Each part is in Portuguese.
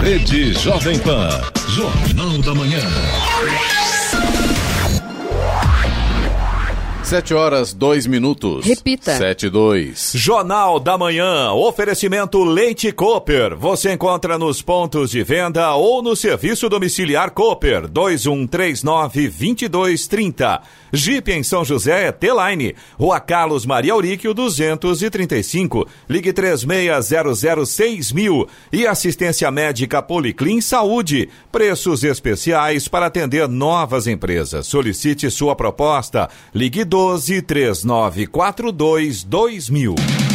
Rede Jovem Pan, Jornal da Manhã. 7:02. Repita. 7:02. Jornal da Manhã, oferecimento Leite Cooper. Você encontra nos pontos de venda ou no serviço domiciliar Cooper, 2139-2230. Jeep em São José, T-Line, Rua Carlos Maria Auríquio, 235. Ligue 36006000. E assistência médica Policlin Saúde. Preços especiais para atender novas empresas. Solicite sua proposta. Ligue 12-3942-2000.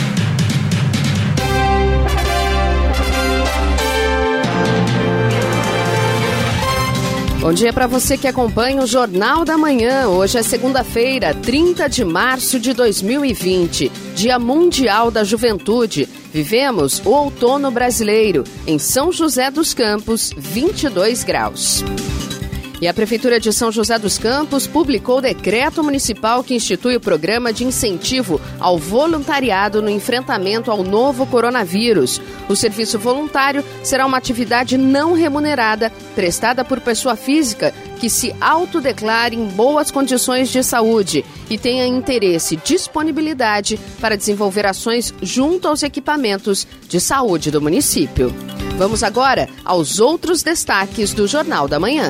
Bom dia para você que acompanha o Jornal da Manhã. Hoje é segunda-feira, 30 de março de 2020, Dia Mundial da Juventude. Vivemos o outono brasileiro. Em São José dos Campos, 22 graus. E a Prefeitura de São José dos Campos publicou o decreto municipal que institui o programa de incentivo ao voluntariado no enfrentamento ao novo coronavírus. O serviço voluntário será uma atividade não remunerada, prestada por pessoa física que se autodeclare em boas condições de saúde e tenha interesse e disponibilidade para desenvolver ações junto aos equipamentos de saúde do município. Vamos agora aos outros destaques do Jornal da Manhã.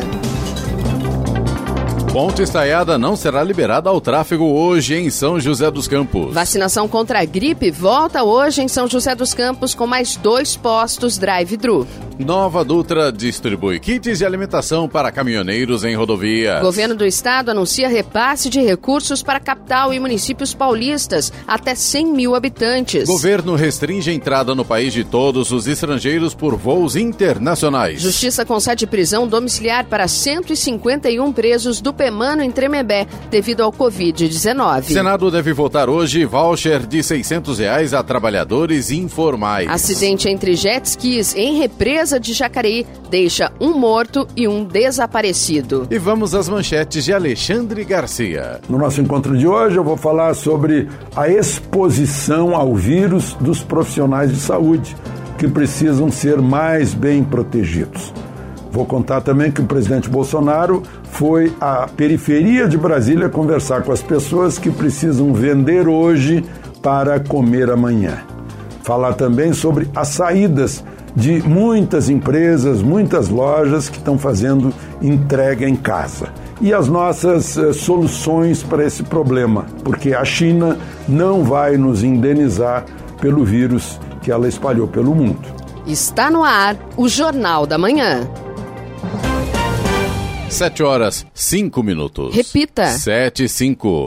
Ponte Estaiada não será liberada ao tráfego hoje em São José dos Campos. Vacinação contra a gripe volta hoje em São José dos Campos com mais 2 postos drive-thru. Nova Dutra distribui kits de alimentação para caminhoneiros em rodovias. Governo do Estado anuncia repasse de recursos para a capital e municípios paulistas, até 100 mil habitantes. Governo restringe a entrada no país de todos os estrangeiros por voos internacionais. Justiça concede prisão domiciliar para 151 presos do PEMANO em Tremembé, devido ao Covid-19. Senado deve votar hoje voucher de R$600 a trabalhadores informais. Acidente entre jet skis em represa de Jacareí deixa um morto e um desaparecido. E vamos às manchetes de Alexandre Garcia. No nosso encontro de hoje eu vou falar sobre a exposição ao vírus dos profissionais de saúde, que precisam ser mais bem protegidos. Vou contar também que o presidente Bolsonaro foi à periferia de Brasília conversar com as pessoas que precisam vender hoje para comer amanhã. Falar também sobre as saídas de muitas empresas, muitas lojas que estão fazendo entrega em casa. E as nossas soluções para esse problema, porque a China não vai nos indenizar pelo vírus que ela espalhou pelo mundo. Está no ar o Jornal da Manhã. 7:05. Repita. 7:05.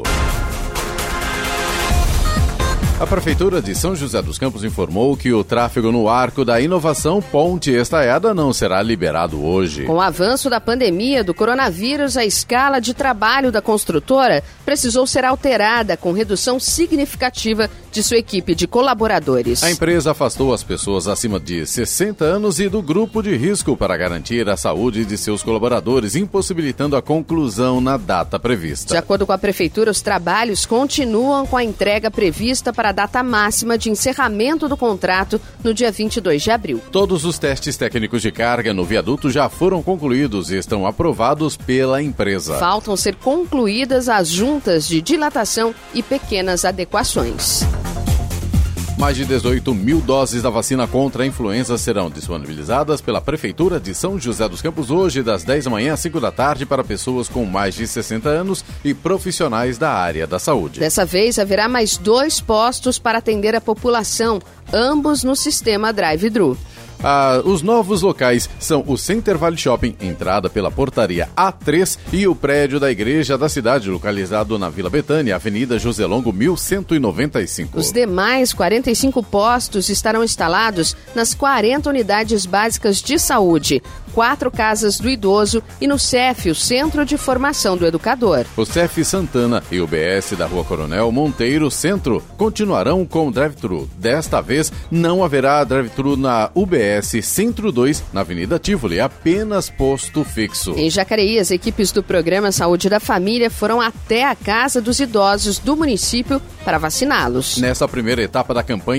A Prefeitura de São José dos Campos informou que o tráfego no Arco da Inovação Ponte Estaiada não será liberado hoje. Com o avanço da pandemia do coronavírus, a escala de trabalho da construtora precisou ser alterada, com redução significativa de sua equipe de colaboradores. A empresa afastou as pessoas acima de 60 anos e do grupo de risco para garantir a saúde de seus colaboradores, impossibilitando a conclusão na data prevista. De acordo com a Prefeitura, os trabalhos continuam com a entrega prevista para a data máxima de encerramento do contrato no dia 22 de abril. Todos os testes técnicos de carga no viaduto já foram concluídos e estão aprovados pela empresa. Faltam ser concluídas as juntas de dilatação e pequenas adequações. Mais de 18 mil doses da vacina contra a influenza serão disponibilizadas pela Prefeitura de São José dos Campos hoje, das 10 da manhã às 5 da tarde, para pessoas com mais de 60 anos e profissionais da área da saúde. Dessa vez, haverá mais 2 postos para atender a população, ambos no sistema drive-thru. Os novos locais são o Center Valley Shopping, entrada pela portaria A3, e o prédio da Igreja da Cidade, localizado na Vila Betânia, Avenida José Longo, 1195. Os demais 45 postos estarão instalados nas 40 unidades básicas de saúde, 4 casas do idoso e no CEF, o Centro de Formação do Educador. O CEF Santana e o BS da Rua Coronel Monteiro Centro continuarão com drive-thru. Desta vez, não haverá drive-thru na UBS Centro 2, na Avenida Tivoli, apenas posto fixo. Em Jacareí, as equipes do Programa Saúde da Família foram até a Casa dos Idosos do município para vaciná-los. Nessa primeira etapa da campanha,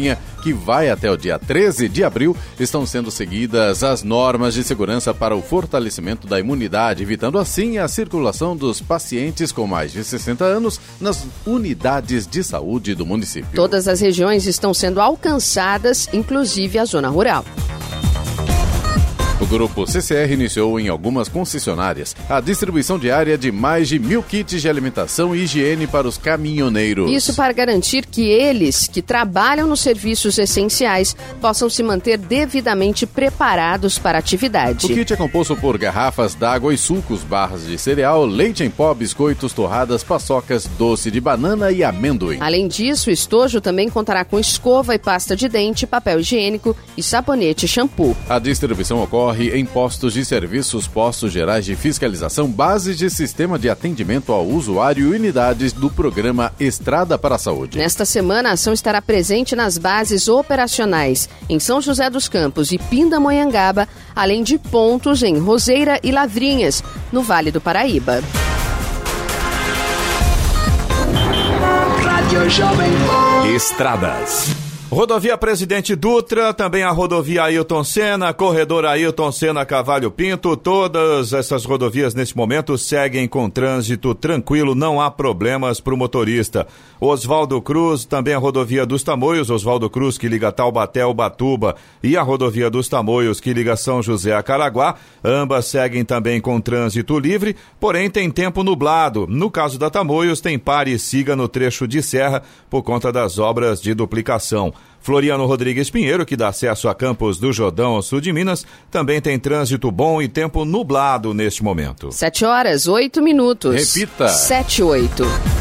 que vai até o dia 13 de abril, estão sendo seguidas as normas de segurança para o fortalecimento da imunidade, evitando assim a circulação dos pacientes com mais de 60 anos nas unidades de saúde do município. Todas as regiões estão sendo alcançadas, inclusive a zona rural. O Grupo CCR iniciou em algumas concessionárias a distribuição diária de mais de 1.000 kits de alimentação e higiene para os caminhoneiros. Isso para garantir que eles, que trabalham nos serviços essenciais, possam se manter devidamente preparados para a atividade. O kit é composto por garrafas d'água e sucos, barras de cereal, leite em pó, biscoitos, torradas, paçocas, doce de banana e amendoim. Além disso, o estojo também contará com escova e pasta de dente, papel higiênico e sabonete e shampoo. A distribuição ocorre em postos de serviços, postos gerais de fiscalização, bases de sistema de atendimento ao usuário e unidades do programa Estrada para a Saúde. Nesta semana, a ação estará presente nas bases operacionais em São José dos Campos e Pindamonhangaba, além de pontos em Roseira e Lavrinhas, no Vale do Paraíba. Estradas. Rodovia Presidente Dutra, também a rodovia Ailton Senna, corredor Ailton Senna Cavalho Pinto, todas essas rodovias nesse momento seguem com trânsito tranquilo, não há problemas para o motorista. Oswaldo Cruz, também a rodovia dos Tamoios, Oswaldo Cruz que liga Taubaté ao Ubatuba e a rodovia dos Tamoios que liga São José a Caraguá, ambas seguem também com trânsito livre, porém tem tempo nublado. No caso da Tamoios tem pare e siga no trecho de serra por conta das obras de duplicação. Floriano Rodrigues Pinheiro, que dá acesso a Campos do Jordão, ao sul de Minas, também tem trânsito bom e tempo nublado neste momento. 7:08. Repita. 7:08.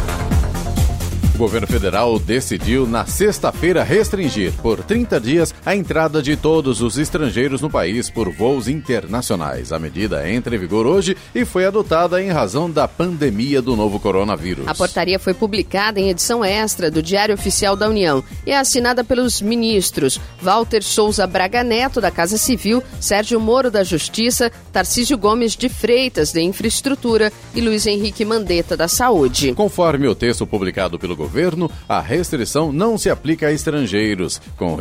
O governo federal decidiu, na sexta-feira, restringir por 30 dias a entrada de todos os estrangeiros no país por voos internacionais. A medida entra em vigor hoje e foi adotada em razão da pandemia do novo coronavírus. A portaria foi publicada em edição extra do Diário Oficial da União e é assinada pelos ministros Walter Souza Braga Neto, da Casa Civil, Sérgio Moro, da Justiça, Tarcísio Gomes de Freitas, da Infraestrutura e Luiz Henrique Mandetta, da Saúde. Conforme o texto publicado pelo governo, a restrição não se aplica a estrangeiros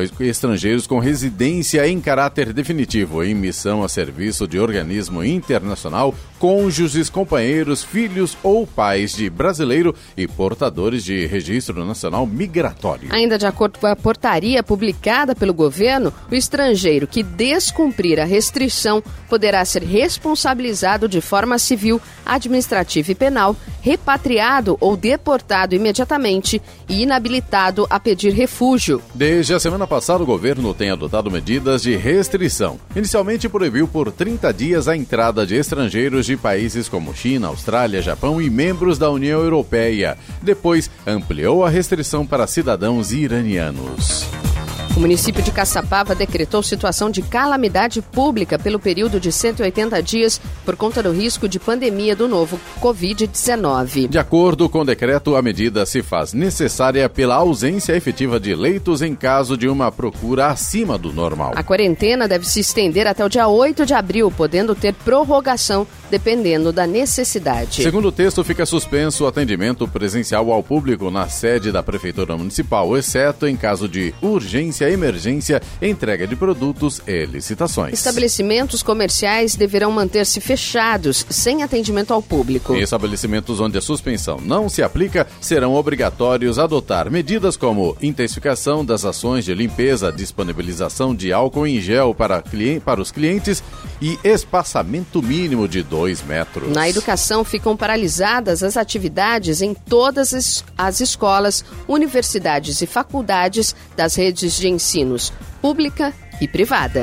com residência em caráter definitivo, em missão a serviço de organismo internacional, cônjuges, companheiros, filhos ou pais de brasileiro e portadores de registro nacional migratório. Ainda de acordo com a portaria publicada pelo governo, o estrangeiro que descumprir a restrição poderá ser responsabilizado de forma civil, administrativa e penal, repatriado ou deportado imediatamente e inabilitado a pedir refúgio. Desde a semana passada, o governo tem adotado medidas de restrição. Inicialmente proibiu por 30 dias a entrada de estrangeiros de países como China, Austrália, Japão e membros da União Europeia. Depois, ampliou a restrição para cidadãos iranianos. O município de Caçapava decretou situação de calamidade pública pelo período de 180 dias por conta do risco de pandemia do novo Covid-19. De acordo com o decreto, a medida se faz necessária pela ausência efetiva de leitos em caso de uma procura acima do normal. A quarentena deve se estender até o dia 8 de abril, podendo ter prorrogação dependendo da necessidade. Segundo o texto, fica suspenso o atendimento presencial ao público na sede da Prefeitura Municipal, exceto em caso de urgência, emergência, entrega de produtos e licitações. Estabelecimentos comerciais deverão manter-se fechados, sem atendimento ao público. Estabelecimentos onde a suspensão não se aplica serão obrigatórios a adotar medidas como intensificação das ações de limpeza, disponibilização de álcool em gel para os clientes e espaçamento mínimo de 2 metros. Na educação, ficam paralisadas as atividades em todas as escolas, universidades e faculdades das redes de ensinos pública e privada.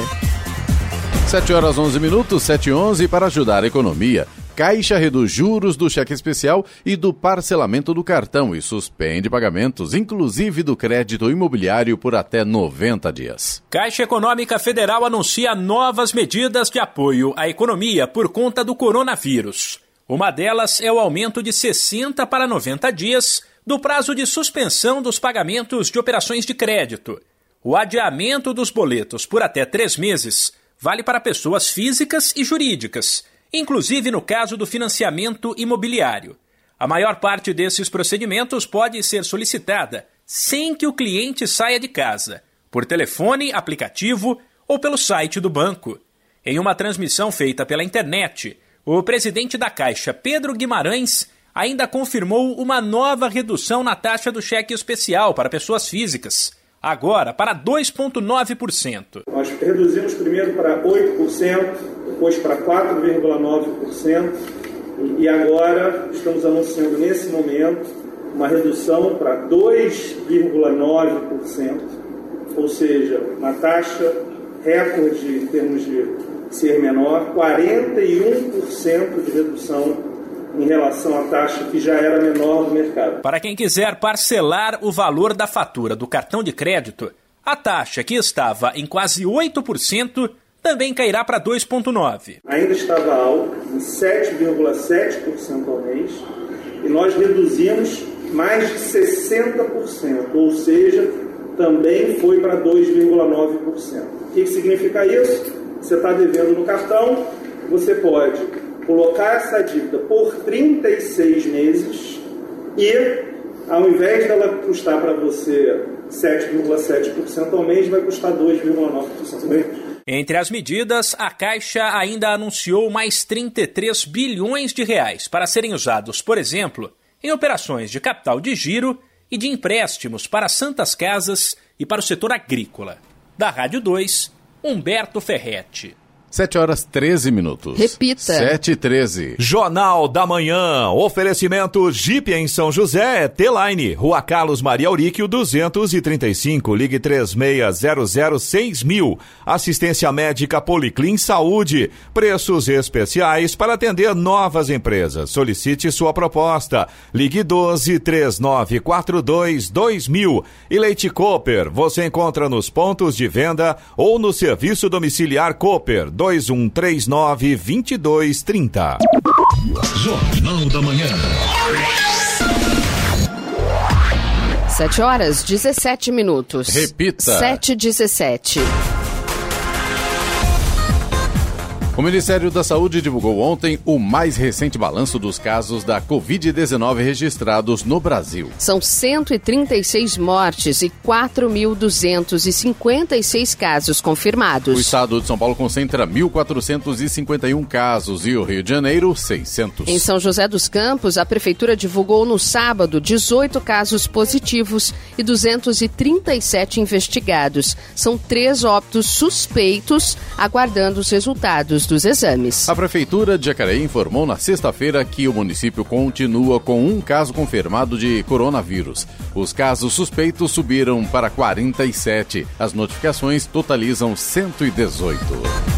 7:11, 7:11, para ajudar a economia. Caixa reduz juros do cheque especial e do parcelamento do cartão e suspende pagamentos, inclusive do crédito imobiliário, por até 90 dias. Caixa Econômica Federal anuncia novas medidas de apoio à economia por conta do coronavírus. Uma delas é o aumento de 60 para 90 dias do prazo de suspensão dos pagamentos de operações de crédito. O adiamento dos boletos por até 3 meses vale para pessoas físicas e jurídicas, inclusive no caso do financiamento imobiliário. A maior parte desses procedimentos pode ser solicitada sem que o cliente saia de casa, por telefone, aplicativo ou pelo site do banco. Em uma transmissão feita pela internet, o presidente da Caixa, Pedro Guimarães, ainda confirmou uma nova redução na taxa do cheque especial para pessoas físicas, agora para 2,9%. Nós reduzimos primeiro para 8%, depois para 4,9% e agora estamos anunciando nesse momento uma redução para 2,9%, ou seja, uma taxa recorde em termos de ser menor, 41% de redução em relação à taxa que já era menor do mercado. Para quem quiser parcelar o valor da fatura do cartão de crédito, a taxa que estava em quase 8% também cairá para 2,9%. Ainda estava alta, em 7,7% ao mês, e nós reduzimos mais de 60%, ou seja, também foi para 2,9%. O que significa isso? Você está devendo no cartão, você pode colocar essa dívida por 36 meses e, ao invés dela custar para você 7,7% ao mês, vai custar 2,9% ao mês. Entre as medidas, a Caixa ainda anunciou mais 33 bilhões de reais para serem usados, por exemplo, em operações de capital de giro e de empréstimos para santas casas e para o setor agrícola. Da Rádio 2, Humberto Ferretti. 7h13. Repita. 7h13. Jornal da Manhã. Oferecimento Jeep em São José, T-Line, Rua Carlos Maria Auríquio, 235. Ligue 36006000. Assistência médica Policlin Saúde. Preços especiais para atender novas empresas. Solicite sua proposta. Ligue 1239422000. E Leite Cooper. Você encontra nos pontos de venda ou no serviço domiciliar Cooper. 2139-2230. Jornal da Manhã. 7h17. Repita. 7h17. O Ministério da Saúde divulgou ontem o mais recente balanço dos casos da Covid-19 registrados no Brasil. São 136 mortes e 4.256 casos confirmados. O estado de São Paulo concentra 1.451 casos e o Rio de Janeiro, 600. Em São José dos Campos, a Prefeitura divulgou no sábado 18 casos positivos e 237 investigados. São 3 óbitos suspeitos, aguardando os resultados dos exames. A Prefeitura de Jacareí informou na sexta-feira que o município continua com um caso confirmado de coronavírus. Os casos suspeitos subiram para 47. As notificações totalizam 118.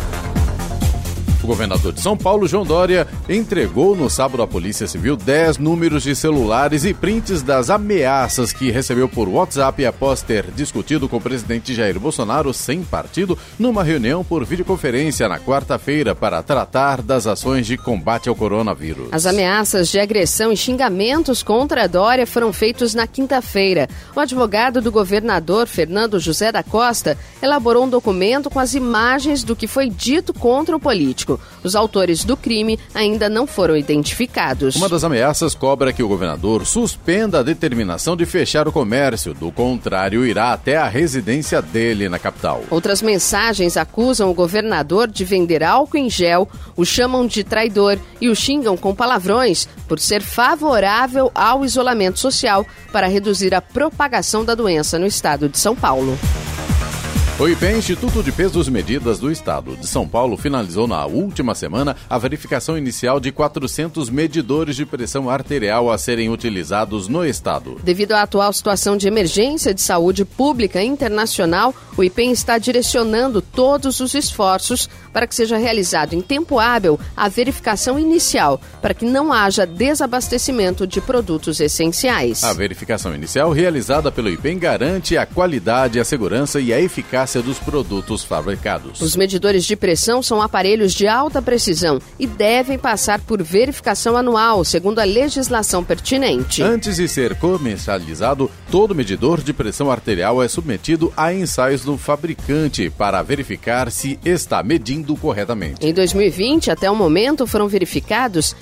O governador de São Paulo, João Dória, entregou no sábado à Polícia Civil 10 números de celulares e prints das ameaças que recebeu por WhatsApp após ter discutido com o presidente Jair Bolsonaro, sem partido, numa reunião por videoconferência na quarta-feira para tratar das ações de combate ao coronavírus. As ameaças de agressão e xingamentos contra Dória foram feitos na quinta-feira. O advogado do governador, Fernando José da Costa, elaborou um documento com as imagens do que foi dito contra o político. Os autores do crime ainda não foram identificados. Uma das ameaças cobra que o governador suspenda a determinação de fechar o comércio. Do contrário, irá até a residência dele na capital. Outras mensagens acusam o governador de vender álcool em gel, o chamam de traidor e o xingam com palavrões por ser favorável ao isolamento social para reduzir a propagação da doença no estado de São Paulo. O IPEM, Instituto de Pesos e Medidas do Estado de São Paulo, finalizou na última semana a verificação inicial de 400 medidores de pressão arterial a serem utilizados no estado. Devido à atual situação de emergência de saúde pública internacional, o IPEM está direcionando todos os esforços para que seja realizado em tempo hábil a verificação inicial, para que não haja desabastecimento de produtos essenciais. A verificação inicial realizada pelo IPEM garante a qualidade, a segurança e a eficácia eficácia dos produtos fabricados. Os medidores de pressão são aparelhos de alta precisão e devem passar por verificação anual, segundo a legislação pertinente. Antes de ser comercializado, todo medidor de pressão arterial é submetido a ensaios do fabricante para verificar se está medindo corretamente. Em 2020, até o momento, foram verificados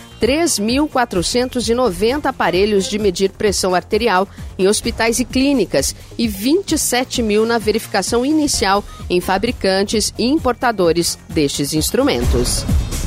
3.490 aparelhos de medir pressão arterial em hospitais e clínicas e 27 mil na verificação inicial em fabricantes e importadores destes instrumentos.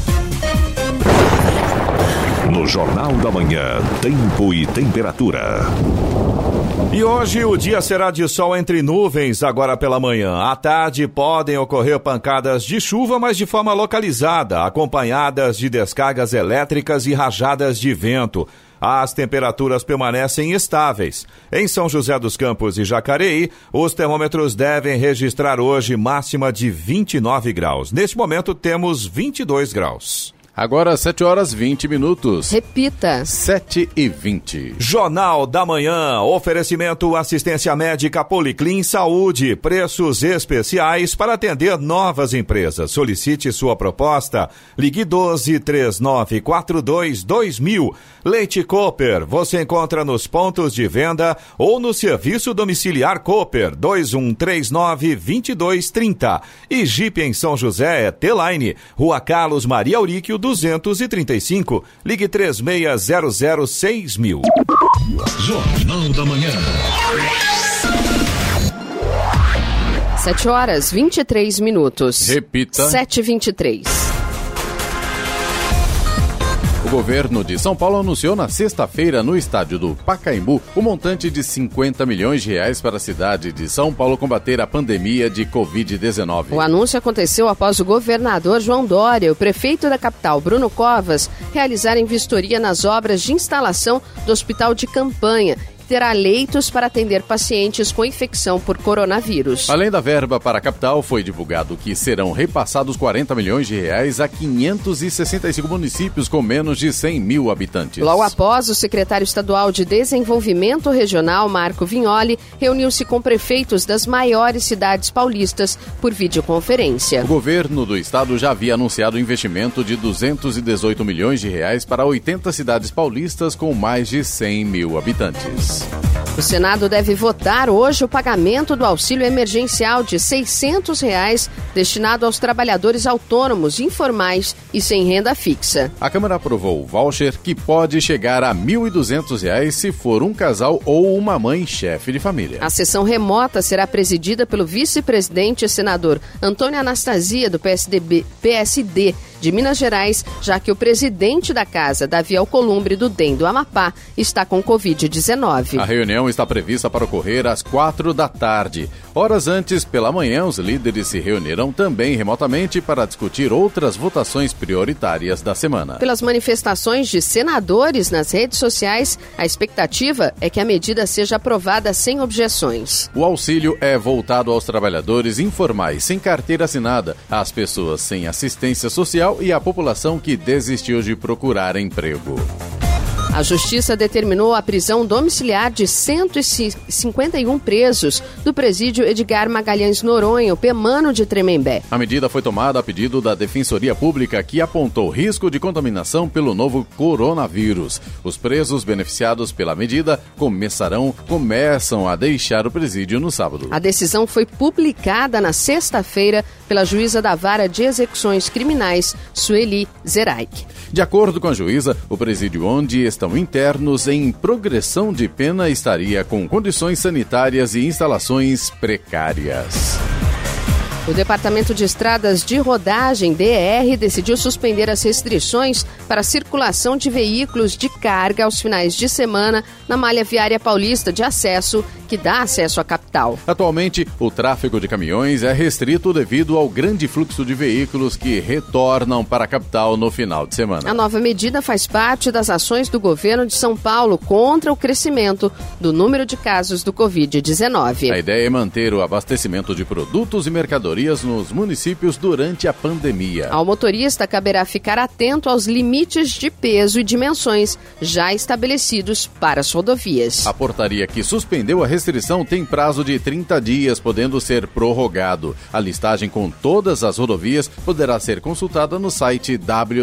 No Jornal da Manhã, tempo e temperatura. E hoje o dia será de sol entre nuvens agora pela manhã. À tarde podem ocorrer pancadas de chuva, mas de forma localizada, acompanhadas de descargas elétricas e rajadas de vento. As temperaturas permanecem estáveis. Em São José dos Campos e Jacareí, os termômetros devem registrar hoje máxima de 29 graus. Neste momento temos 22 graus. Agora 7h20. Repita. 7h20. Jornal da Manhã. Oferecimento assistência médica Policlin Saúde. Preços especiais para atender novas empresas. Solicite sua proposta. Ligue 12-3942-2000. Leite Cooper. Você encontra nos pontos de venda ou no serviço domiciliar Cooper 2139-2230. E Jeep em São José é T-Line. Rua Carlos Maria Auríquio 235. Ligue 36006000. Jornal da Manhã. 7h23. Repita. 7h23. O governo de São Paulo anunciou na sexta-feira no estádio do Pacaembu o montante de 50 milhões de reais para a cidade de São Paulo combater a pandemia de Covid-19. O anúncio aconteceu após o governador João Dória e o prefeito da capital, Bruno Covas, realizarem vistoria nas obras de instalação do hospital de campanha, terá leitos para atender pacientes com infecção por coronavírus. Além da verba para a capital, foi divulgado que serão repassados 40 milhões de reais a 565 municípios com menos de 100 mil habitantes. Logo após, o secretário estadual de Desenvolvimento Regional, Marco Vignoli, reuniu-se com prefeitos das maiores cidades paulistas por videoconferência. O governo do estado já havia anunciado um investimento de 218 milhões de reais para 80 cidades paulistas com mais de 100 mil habitantes. O Senado deve votar hoje o pagamento do auxílio emergencial de R$ 600 destinado aos trabalhadores autônomos, informais e sem renda fixa. A Câmara aprovou o voucher que pode chegar a R$ 1.200 se for um casal ou uma mãe chefe de família. A sessão remota será presidida pelo vice-presidente e senador Antônio Anastasia, do PSD de Minas Gerais, já que o presidente da casa, Davi Alcolumbre, do DEM do Amapá, está com Covid-19. A reunião está prevista para ocorrer às 16h. Horas antes, pela manhã, os líderes se reunirão também remotamente para discutir outras votações prioritárias da semana. Pelas manifestações de senadores nas redes sociais, a expectativa é que a medida seja aprovada sem objeções. O auxílio é voltado aos trabalhadores informais sem carteira assinada, às pessoas sem assistência social e à população que desistiu de procurar emprego. A Justiça determinou a prisão domiciliar de 151 presos do presídio Edgar Magalhães Noronha, PEMANO de Tremembé. A medida foi tomada a pedido da Defensoria Pública, que apontou risco de contaminação pelo novo coronavírus. Os presos beneficiados pela medida começam a deixar o presídio no sábado. A decisão foi publicada na sexta-feira pela juíza da Vara de Execuções Criminais, Sueli Zeraik. De acordo com a juíza, o presídio onde estão internos em progressão de pena estaria com condições sanitárias e instalações precárias. O Departamento de Estradas de Rodagem, DER, decidiu suspender as restrições para a circulação de veículos de carga aos finais de semana na malha viária paulista de acesso, que dá acesso à capital. Atualmente, o tráfego de caminhões é restrito devido ao grande fluxo de veículos que retornam para a capital no final de semana. A nova medida faz parte das ações do governo de São Paulo contra o crescimento do número de casos do Covid-19. A ideia é manter o abastecimento de produtos e mercadorias viatorias nos municípios durante a pandemia. Ao motorista caberá ficar atento aos limites de peso e dimensões já estabelecidos para as rodovias. A portaria que suspendeu a restrição tem prazo de 30 dias, podendo ser prorrogado. A listagem com todas as rodovias poderá ser consultada no site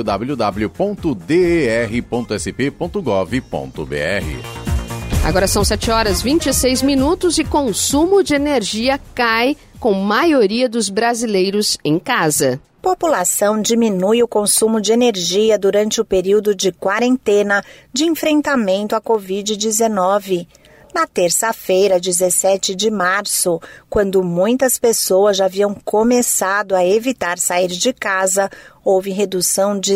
www.der.sp.gov.br. Agora são 7h26 e consumo de energia cai com maioria dos brasileiros em casa. População diminui o consumo de energia durante o período de quarentena de enfrentamento à Covid-19. Na terça-feira, 17 de março, quando muitas pessoas já haviam começado a evitar sair de casa, houve redução de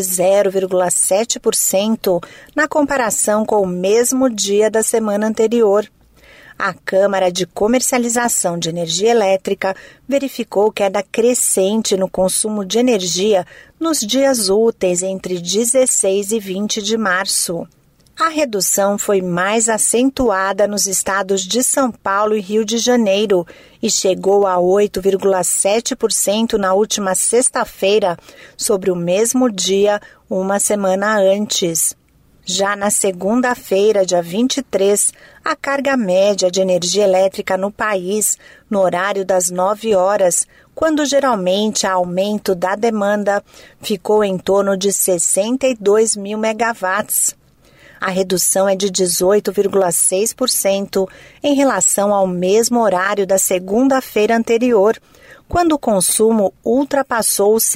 0,7% na comparação com o mesmo dia da semana anterior. A Câmara de Comercialização de Energia Elétrica verificou queda crescente no consumo de energia nos dias úteis entre 16 e 20 de março. A redução foi mais acentuada nos estados de São Paulo e Rio de Janeiro e chegou a 8,7% na última sexta-feira, sobre o mesmo dia, uma semana antes. Já na segunda-feira, dia 23, a carga média de energia elétrica no país, no horário das 9 horas, quando geralmente há aumento da demanda, ficou em torno de 62 mil megawatts. A redução é de 18,6% em relação ao mesmo horário da segunda-feira anterior, quando o consumo ultrapassou os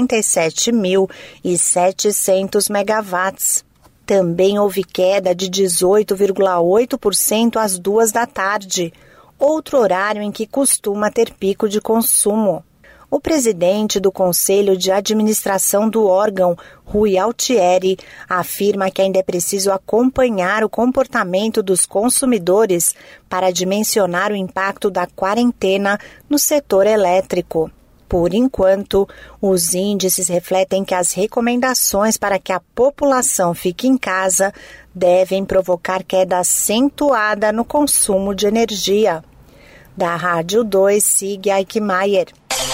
67.700 megawatts. Também houve queda de 18,8% às 2 da tarde, outro horário em que costuma ter pico de consumo. O presidente do Conselho de Administração do órgão, Rui Altieri, afirma que ainda é preciso acompanhar o comportamento dos consumidores para dimensionar o impacto da quarentena no setor elétrico. Por enquanto, os índices refletem que as recomendações para que a população fique em casa devem provocar queda acentuada no consumo de energia. Da Rádio 2, Sig Eichmeier.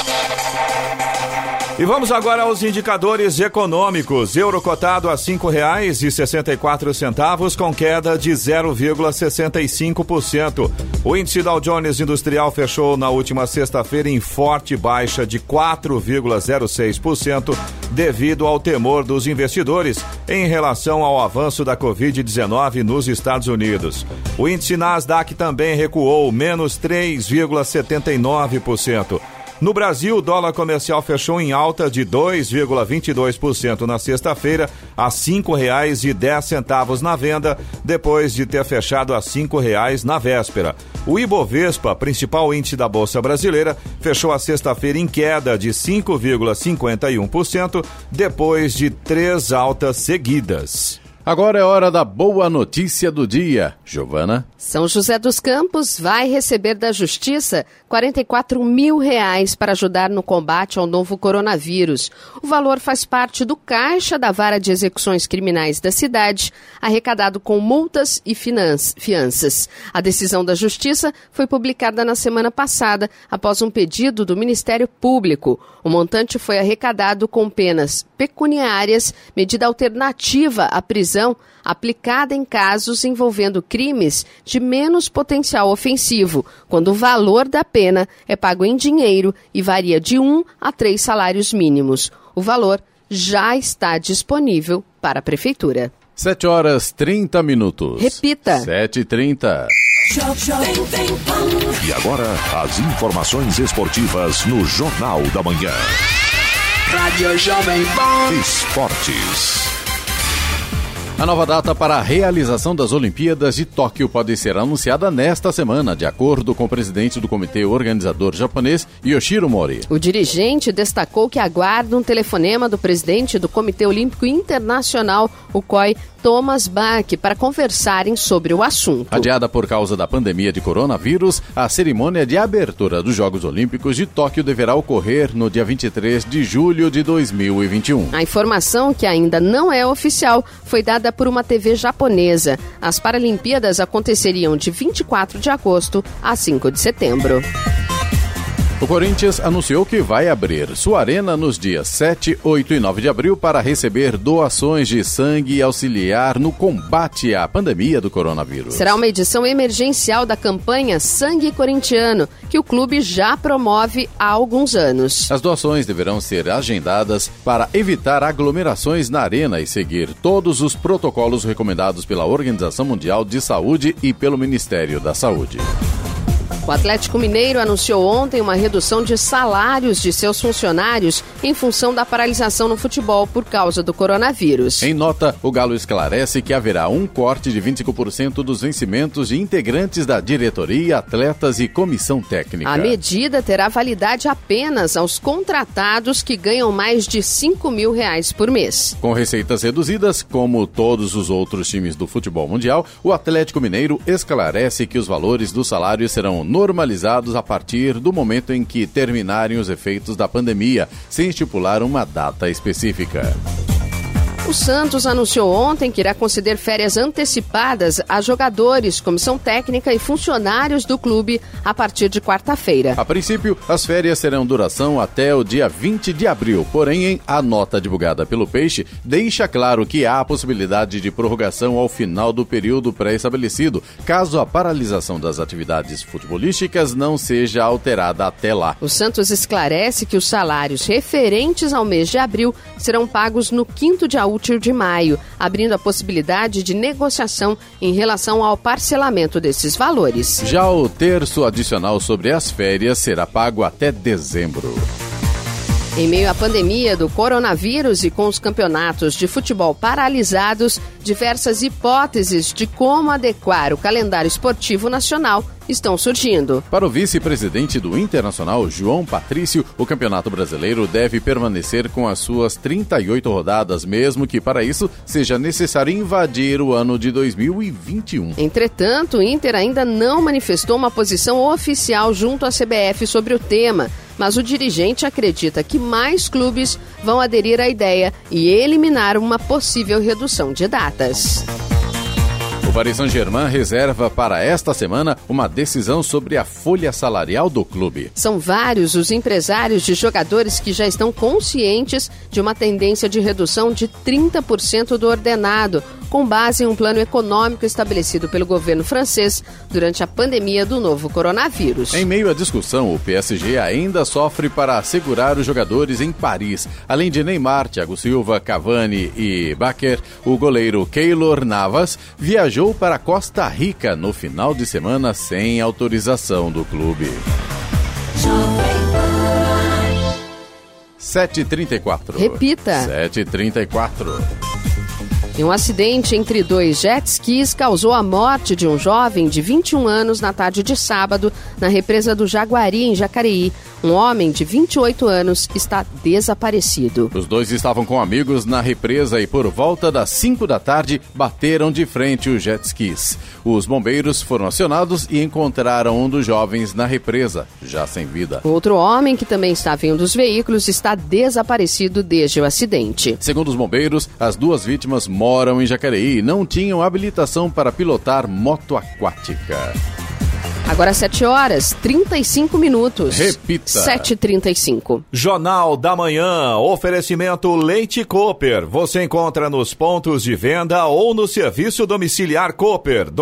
E vamos agora aos indicadores econômicos. Euro cotado a R$ 5,64, com queda de 0,65%. O índice Dow Jones Industrial fechou na última sexta-feira em forte baixa de 4,06%, devido ao temor dos investidores em relação ao avanço da Covid-19 nos Estados Unidos. O índice Nasdaq também recuou, menos 3,79%. No Brasil, o dólar comercial fechou em alta de 2,22% na sexta-feira, a R$ 5,10 na venda, depois de ter fechado a R$ 5,00 na véspera. O Ibovespa, principal índice da Bolsa Brasileira, fechou a sexta-feira em queda de 5,51%, depois de 3 altas seguidas. Agora é hora da boa notícia do dia. Giovana? São José dos Campos vai receber da Justiça R$44 mil para ajudar no combate ao novo coronavírus. O valor faz parte do caixa da Vara de Execuções Criminais da cidade, arrecadado com multas e fianças. A decisão da Justiça foi publicada na semana passada, após um pedido do Ministério Público. O montante foi arrecadado com penas pecuniárias, medida alternativa à prisão aplicada em casos envolvendo crimes de menos potencial ofensivo, quando o valor da pena é pago em dinheiro e varia de 1 a 3 salários mínimos. O valor já está disponível para a Prefeitura. 7h30. Repita. 7h30. E agora, as informações esportivas no Jornal da Manhã. Rádio Jovem Pan. Esportes. A nova data para a realização das Olimpíadas de Tóquio pode ser anunciada nesta semana, de acordo com o presidente do comitê organizador japonês, Yoshiro Mori. O dirigente destacou que aguarda um telefonema do presidente do Comitê Olímpico Internacional, o COI, Thomas Bach, para conversarem sobre o assunto. Adiada por causa da pandemia de coronavírus, a cerimônia de abertura dos Jogos Olímpicos de Tóquio deverá ocorrer no dia 23 de julho de 2021. A informação, que ainda não é oficial, foi dada por uma TV japonesa. As Paralimpíadas aconteceriam de 24 de agosto a 5 de setembro. O Corinthians anunciou que vai abrir sua arena nos dias 7, 8 e 9 de abril para receber doações de sangue e auxiliar no combate à pandemia do coronavírus. Será uma edição emergencial da campanha Sangue Corintiano, que o clube já promove há alguns anos. As doações deverão ser agendadas para evitar aglomerações na arena e seguir todos os protocolos recomendados pela Organização Mundial de Saúde e pelo Ministério da Saúde. O Atlético Mineiro anunciou ontem uma redução de salários de seus funcionários em função da paralisação no futebol por causa do coronavírus. Em nota, o Galo esclarece que haverá um corte de 25% dos vencimentos de integrantes da diretoria, atletas e comissão técnica. A medida terá validade apenas aos contratados que ganham mais de R$5 mil por mês. Com receitas reduzidas, como todos os outros times do futebol mundial, o Atlético Mineiro esclarece que os valores dos salários serão normalizados a partir do momento em que terminarem os efeitos da pandemia, sem estipular uma data específica. O Santos anunciou ontem que irá conceder férias antecipadas a jogadores, comissão técnica e funcionários do clube a partir de quarta-feira. A princípio, as férias terão duração até o dia 20 de abril, porém, a nota divulgada pelo Peixe deixa claro que há a possibilidade de prorrogação ao final do período pré-estabelecido, caso a paralisação das atividades futebolísticas não seja alterada até lá. O Santos esclarece que os salários referentes ao mês de abril serão pagos no quinto dia útil de maio, abrindo a possibilidade de negociação em relação ao parcelamento desses valores. Já o terço adicional sobre as férias será pago até dezembro. Em meio à pandemia do coronavírus e com os campeonatos de futebol paralisados, diversas hipóteses de como adequar o calendário esportivo nacional estão surgindo. Para o vice-presidente do Internacional, João Patrício, o Campeonato Brasileiro deve permanecer com as suas 38 rodadas, mesmo que para isso seja necessário invadir o ano de 2021. Entretanto, o Inter ainda não manifestou uma posição oficial junto à CBF sobre o tema, mas o dirigente acredita que mais clubes vão aderir à ideia e eliminar uma possível redução de datas. O Paris Saint-Germain reserva para esta semana uma decisão sobre a folha salarial do clube. São vários os empresários de jogadores que já estão conscientes de uma tendência de redução de 30% do ordenado, com base em um plano econômico estabelecido pelo governo francês durante a pandemia do novo coronavírus. Em meio à discussão, o PSG ainda sofre para assegurar os jogadores em Paris. Além de Neymar, Thiago Silva, Cavani e Bakker, o goleiro Keylor Navas viajou para Costa Rica no final de semana sem autorização do clube. 7h34. Repita. 7h34. Um acidente entre dois jet skis causou a morte de um jovem de 21 anos na tarde de sábado na represa do Jaguari, em Jacareí. Um homem de 28 anos está desaparecido. Os dois estavam com amigos na represa e por volta das 5 da tarde bateram de frente os jet skis. Os bombeiros foram acionados e encontraram um dos jovens na represa, já sem vida. Outro homem, que também estava em um dos veículos, está desaparecido desde o acidente. Segundo os bombeiros, as duas vítimas moram em Jacareí e não tinham habilitação para pilotar moto aquática. Agora 7h35. Repita. 7h35. Jornal da Manhã, oferecimento Leite Cooper. Você encontra nos pontos de venda ou no serviço domiciliar Cooper,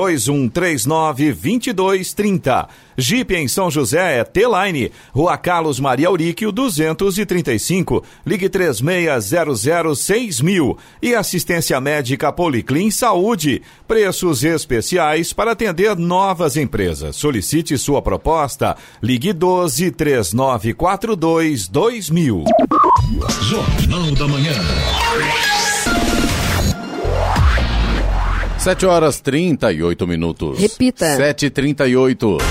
2139-2230. Jeep em São José é T-Line, Rua Carlos Maria Auríquio, 235. Ligue 36006000. E assistência médica Policlin Saúde. Preços especiais para atender novas empresas. Solicite sua proposta. Ligue 12-3942-2000. Jornal da Manhã. 7h38. Repita. 7h38.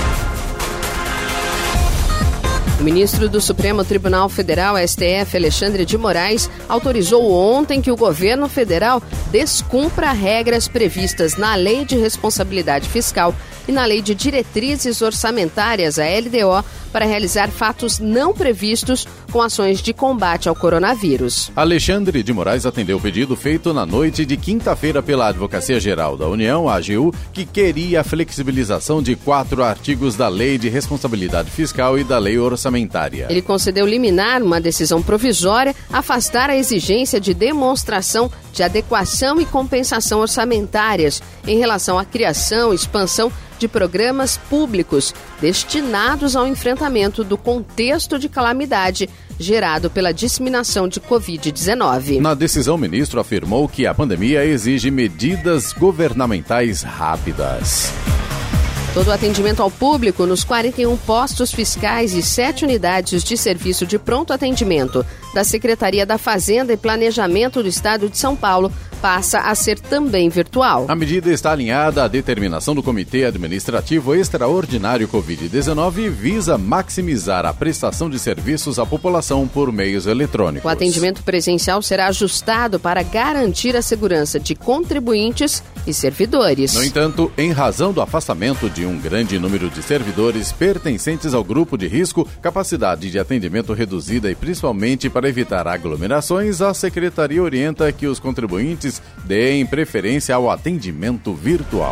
O ministro do Supremo Tribunal Federal, STF, Alexandre de Moraes, autorizou ontem que o governo federal descumpra regras previstas na Lei de Responsabilidade Fiscal e na Lei de Diretrizes Orçamentárias, a LDO, para realizar fatos não previstos com ações de combate ao coronavírus. Alexandre de Moraes atendeu o pedido feito na noite de quinta-feira pela Advocacia Geral da União, a AGU, que queria a flexibilização de 4 artigos da Lei de Responsabilidade Fiscal e da Lei Orçamentária orçamentária. Ele concedeu liminar uma decisão provisória, afastar a exigência de demonstração de adequação e compensação orçamentárias em relação à criação e expansão de programas públicos destinados ao enfrentamento do contexto de calamidade gerado pela disseminação de Covid-19. Na decisão, o ministro afirmou que a pandemia exige medidas governamentais rápidas. Todo o atendimento ao público nos 41 postos fiscais e 7 unidades de serviço de pronto atendimento da Secretaria da Fazenda e Planejamento do Estado de São Paulo passa a ser também virtual. A medida está alinhada à determinação do Comitê Administrativo Extraordinário Covid-19 e visa maximizar a prestação de serviços à população por meios eletrônicos. O atendimento presencial será ajustado para garantir a segurança de contribuintes e servidores. No entanto, em razão do afastamento de um grande número de servidores pertencentes ao grupo de risco, capacidade de atendimento reduzida e principalmente para evitar aglomerações, a Secretaria orienta que os contribuintes deem preferência ao atendimento virtual.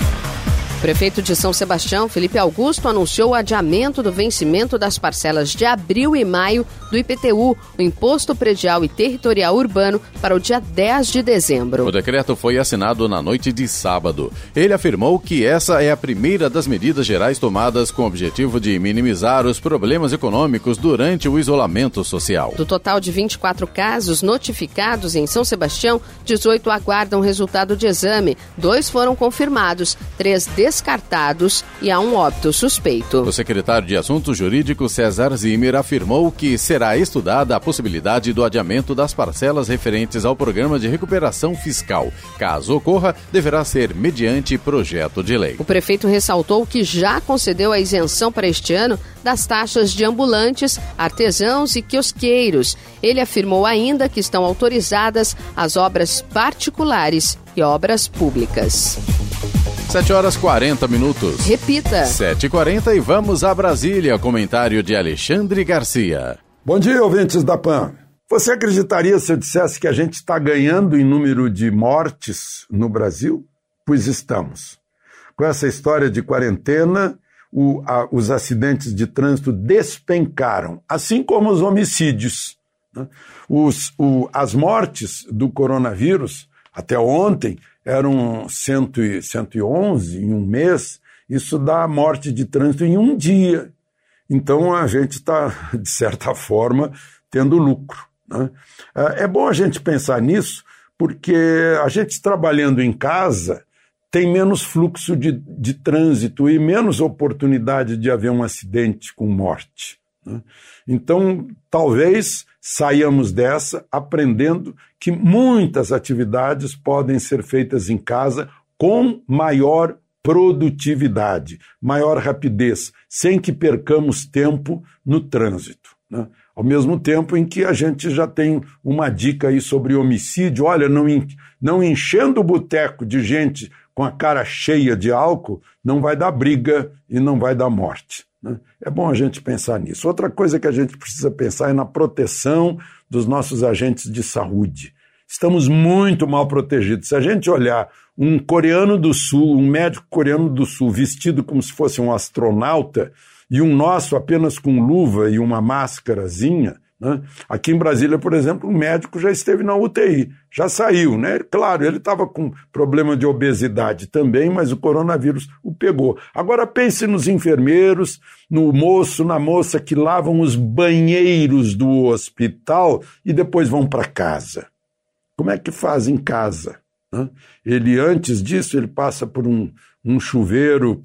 O prefeito de São Sebastião, Felipe Augusto, anunciou o adiamento do vencimento das parcelas de abril e maio do IPTU, o Imposto Predial e Territorial Urbano, para o dia 10 de dezembro. O decreto foi assinado na noite de sábado. Ele afirmou que essa é a primeira das medidas gerais tomadas com o objetivo de minimizar os problemas econômicos durante o isolamento social. Do total de 24 casos notificados em São Sebastião, 18 aguardam resultado de exame, 2 foram confirmados, 3 descartados e há um óbito suspeito. O secretário de Assuntos Jurídicos, César Zimmer, afirmou que será estudada a possibilidade do adiamento das parcelas referentes ao programa de recuperação fiscal. Caso ocorra, deverá ser mediante projeto de lei. O prefeito ressaltou que já concedeu a isenção para este ano das taxas de ambulantes, artesãos e quiosqueiros. Ele afirmou ainda que estão autorizadas as obras particulares e obras públicas. 7h40. Repita. 7h40 e vamos a Brasília. Comentário de Alexandre Garcia. Bom dia, ouvintes da PAN. Você acreditaria se eu dissesse que a gente está ganhando em número de mortes no Brasil? Pois estamos. Com essa história de quarentena, os acidentes de trânsito despencaram, assim como os homicídios. As mortes do coronavírus, até ontem, eram 111 em um mês. Isso dá morte de trânsito em um dia. Então a gente está, de certa forma, tendo lucro, né? É bom a gente pensar nisso, porque a gente trabalhando em casa tem menos fluxo de trânsito e menos oportunidade de haver um acidente com morte, né? Então, talvez saiamos dessa aprendendo que muitas atividades podem ser feitas em casa com maior produtividade, maior rapidez, sem que percamos tempo no trânsito, né? Ao mesmo tempo em que a gente já tem uma dica aí sobre homicídio. Olha, não enchendo o boteco de gente com a cara cheia de álcool, não vai dar briga e não vai dar morte, né? É bom a gente pensar nisso. Outra coisa que a gente precisa pensar é na proteção dos nossos agentes de saúde. Estamos muito mal protegidos. Se a gente olhar um coreano do sul, um médico coreano do sul vestido como se fosse um astronauta e um nosso apenas com luva e uma máscarazinha, né? Aqui em Brasília, por exemplo, um médico já esteve na UTI, já saiu, né? Claro, ele estava com problema de obesidade também, mas o coronavírus o pegou. Agora pense nos enfermeiros, no moço, na moça que lavam os banheiros do hospital e depois vão para casa. Como é que faz em casa, né? Ele, antes disso, ele passa por um chuveiro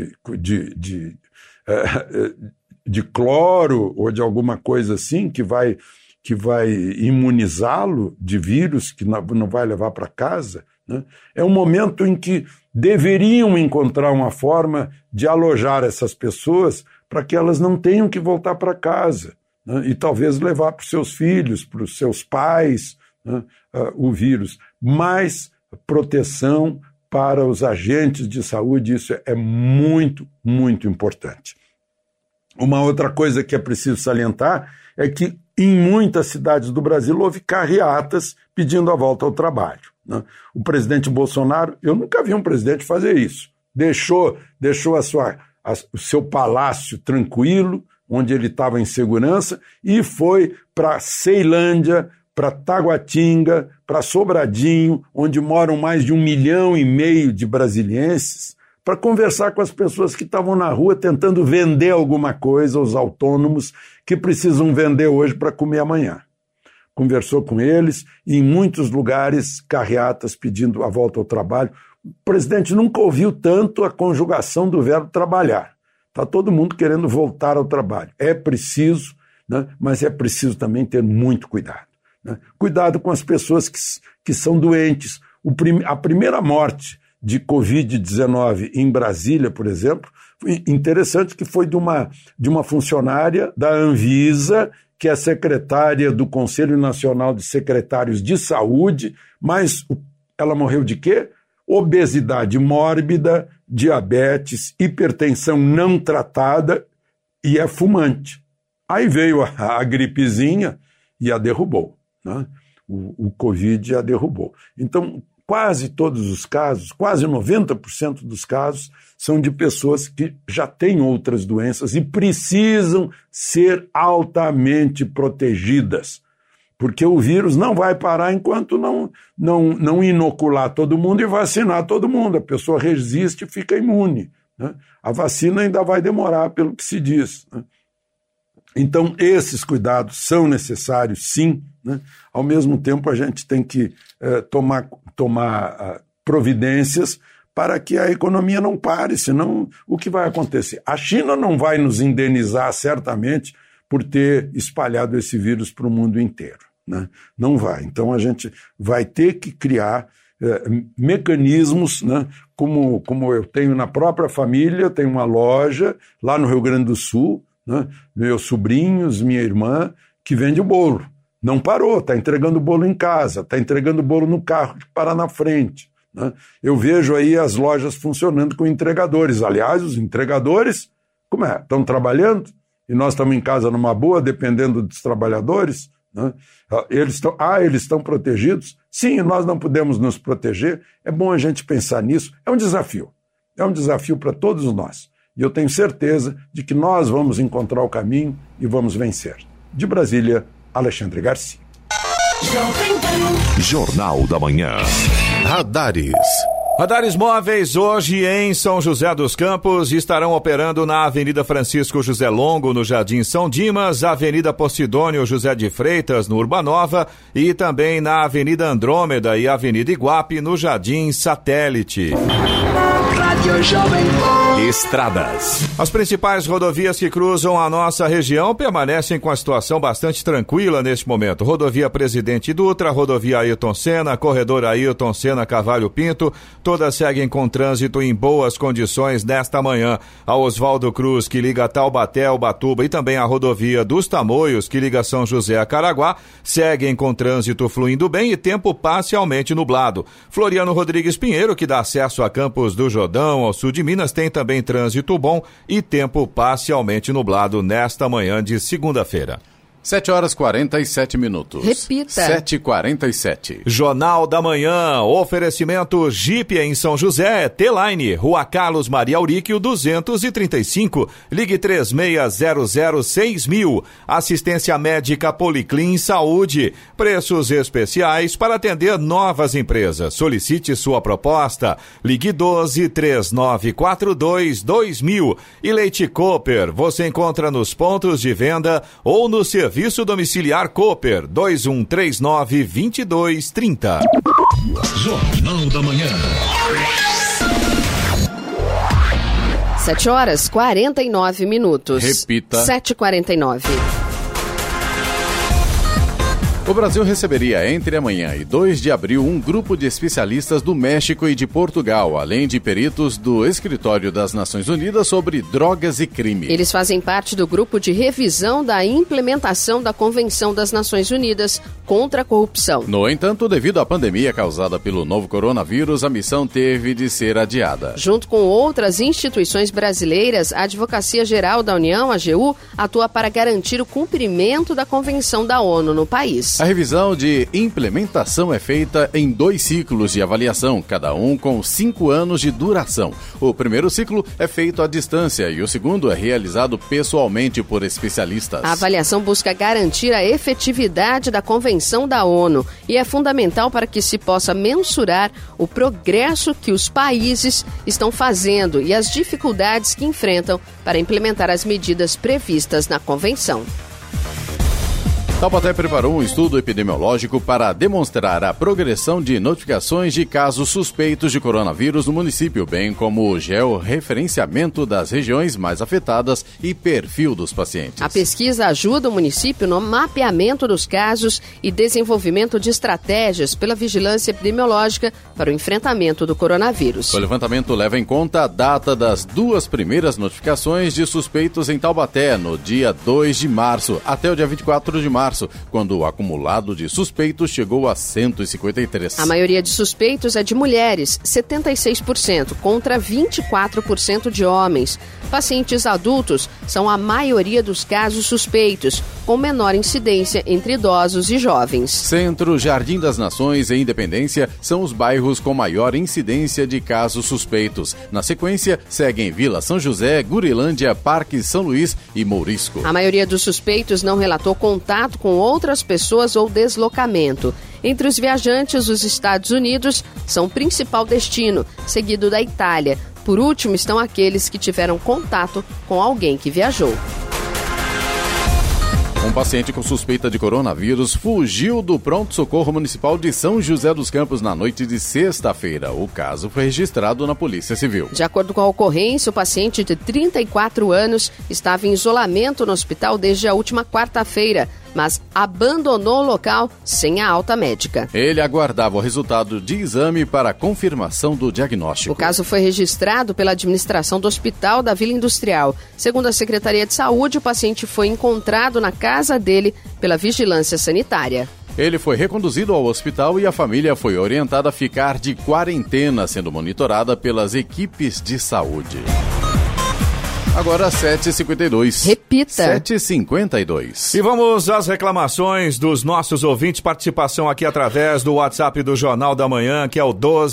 de cloro ou de alguma coisa assim que vai imunizá-lo de vírus que não vai levar para casa, né? É um momento em que deveriam encontrar uma forma de alojar essas pessoas para que elas não tenham que voltar para casa, né? E talvez levar para os seus filhos, para os seus pais, né, o vírus. Mais proteção para os agentes de saúde, isso é muito, muito importante. Uma outra coisa que é preciso salientar é que em muitas cidades do Brasil houve carreatas pedindo a volta ao trabalho, né? O presidente Bolsonaro, eu nunca vi um presidente fazer isso, deixou o seu palácio tranquilo, onde ele estava em segurança, e foi para Ceilândia, para Taguatinga, para Sobradinho, onde moram mais de 1,5 milhão de brasilienses, para conversar com as pessoas que estavam na rua tentando vender alguma coisa, os autônomos que precisam vender hoje para comer amanhã. Conversou com eles e em muitos lugares carreatas pedindo a volta ao trabalho. O presidente nunca ouviu tanto a conjugação do verbo trabalhar. Está todo mundo querendo voltar ao trabalho. É preciso, né? Mas é preciso também ter muito cuidado. Cuidado com as pessoas que são doentes. A primeira morte de Covid-19 em Brasília, por exemplo, foi interessante que foi de uma funcionária da Anvisa, que é secretária do Conselho Nacional de Secretários de Saúde, mas ela morreu de quê? Obesidade mórbida, diabetes, hipertensão não tratada e é fumante. Aí veio a gripezinha e a derrubou. Né? O Covid a derrubou. Então, quase todos os casos, quase 90% dos casos, são de pessoas que já têm outras doenças e precisam ser altamente protegidas. Porque o vírus não vai parar enquanto não inocular todo mundo e vacinar todo mundo. A pessoa resiste e fica imune. Né? A vacina ainda vai demorar, pelo que se diz. Né? Então, esses cuidados são necessários, sim. Né? Ao mesmo tempo, a gente tem que tomar providências para que a economia não pare, senão o que vai acontecer? A China não vai nos indenizar, certamente, por ter espalhado esse vírus para o mundo inteiro. Né? Não vai. Então, a gente vai ter que criar mecanismos, né? Como eu tenho na própria família, tenho uma loja lá no Rio Grande do Sul, né? Meus sobrinhos, minha irmã, que vende o bolo. Não parou, está entregando o bolo em casa, está entregando o bolo no carro que para na frente. Né? Eu vejo aí as lojas funcionando com entregadores. Aliás, os entregadores, como é? Estão trabalhando e nós estamos em casa numa boa, dependendo dos trabalhadores. Né? Eles estão protegidos? Sim, nós não podemos nos proteger. É bom a gente pensar nisso. É um desafio para todos nós. E eu tenho certeza de que nós vamos encontrar o caminho e vamos vencer. De Brasília, Alexandre Garcia. Jornal da Manhã. Radares. Radares móveis hoje em São José dos Campos estarão operando na Avenida Francisco José Longo, no Jardim São Dimas, Avenida Posidônio José de Freitas, no Urbanova, e também na Avenida Andrômeda e Avenida Iguape, no Jardim Satélite. Rádio Jovem Pan. Estradas. As principais rodovias que cruzam a nossa região permanecem com a situação bastante tranquila neste momento. Rodovia Presidente Dutra, Rodovia Ailton Senna, Corredor Ailton Senna Cavalho Pinto, todas seguem com trânsito em boas condições nesta manhã. A Oswaldo Cruz, que liga Taubaté, Ubatuba, e também a rodovia dos Tamoios, que liga São José a Caraguá, seguem com trânsito fluindo bem e tempo parcialmente nublado. Floriano Rodrigues Pinheiro, que dá acesso a Campos do Jordão, ao sul de Minas, tem também trânsito bom e tempo parcialmente nublado nesta manhã de segunda-feira. 7h47. Repita. 7h47. Jornal da Manhã, oferecimento Jeep em São José, T-Line, Rua Carlos Maria Auríquio 235, ligue 36006000, assistência médica Policlin Saúde, preços especiais para atender novas empresas. Solicite sua proposta, ligue 1239422000 e Leite Cooper, você encontra nos pontos de venda ou no serviço domiciliar Cooper 2139-2230. Jornal da Manhã. 7h49. Repita. 7h49. O Brasil receberia entre amanhã e 2 de abril um grupo de especialistas do México e de Portugal, além de peritos do Escritório das Nações Unidas sobre Drogas e Crime. Eles fazem parte do grupo de revisão da implementação da Convenção das Nações Unidas contra a Corrupção. No entanto, devido à pandemia causada pelo novo coronavírus, a missão teve de ser adiada. Junto com outras instituições brasileiras, a Advocacia Geral da União, a AGU, atua para garantir o cumprimento da Convenção da ONU no país. A revisão de implementação é feita em 2 ciclos de avaliação, cada um com 5 anos de duração. O primeiro ciclo é feito à distância e o segundo é realizado pessoalmente por especialistas. A avaliação busca garantir a efetividade da Convenção da ONU e é fundamental para que se possa mensurar o progresso que os países estão fazendo e as dificuldades que enfrentam para implementar as medidas previstas na Convenção. Taubaté preparou um estudo epidemiológico para demonstrar a progressão de notificações de casos suspeitos de coronavírus no município, bem como o georreferenciamento das regiões mais afetadas e perfil dos pacientes. A pesquisa ajuda o município no mapeamento dos casos e desenvolvimento de estratégias pela vigilância epidemiológica para o enfrentamento do coronavírus. O levantamento leva em conta a data das 2 primeiras notificações de suspeitos em Taubaté, no dia 2 de março, até o dia 24 de março, quando o acumulado de suspeitos chegou a 153. A maioria de suspeitos é de mulheres, 76%, contra 24% de homens. Pacientes adultos são a maioria dos casos suspeitos, com menor incidência entre idosos e jovens. Centro, Jardim das Nações e Independência são os bairros com maior incidência de casos suspeitos. Na sequência, seguem Vila São José, Gurilândia, Parque São Luís e Mourisco. A maioria dos suspeitos não relatou contato com outras pessoas ou deslocamento. Entre os viajantes, os Estados Unidos são o principal destino, seguido da Itália. Por último, estão aqueles que tiveram contato com alguém que viajou. Um paciente com suspeita de coronavírus fugiu do pronto-socorro municipal de São José dos Campos na noite de sexta-feira. O caso foi registrado na Polícia Civil. De acordo com a ocorrência, o paciente de 34 anos estava em isolamento no hospital desde a última quarta-feira, mas abandonou o local sem a alta médica. Ele aguardava o resultado de exame para a confirmação do diagnóstico. O caso foi registrado pela administração do Hospital da Vila Industrial. Segundo a Secretaria de Saúde, o paciente foi encontrado na casa dele pela Vigilância Sanitária. Ele foi reconduzido ao hospital e a família foi orientada a ficar de quarentena, sendo monitorada pelas equipes de saúde. Agora 7h52. Repita. 7h52. E vamos às reclamações dos nossos ouvintes. Participação aqui através do WhatsApp do Jornal da Manhã, que é o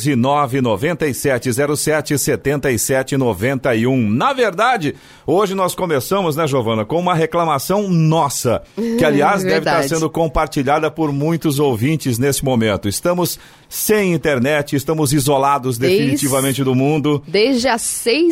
12997077791. Na verdade, hoje nós começamos, né, Giovana, com uma reclamação nossa, que aliás deve estar sendo compartilhada por muitos ouvintes nesse momento. Estamos sem internet, estamos isolados definitivamente do mundo. Desde as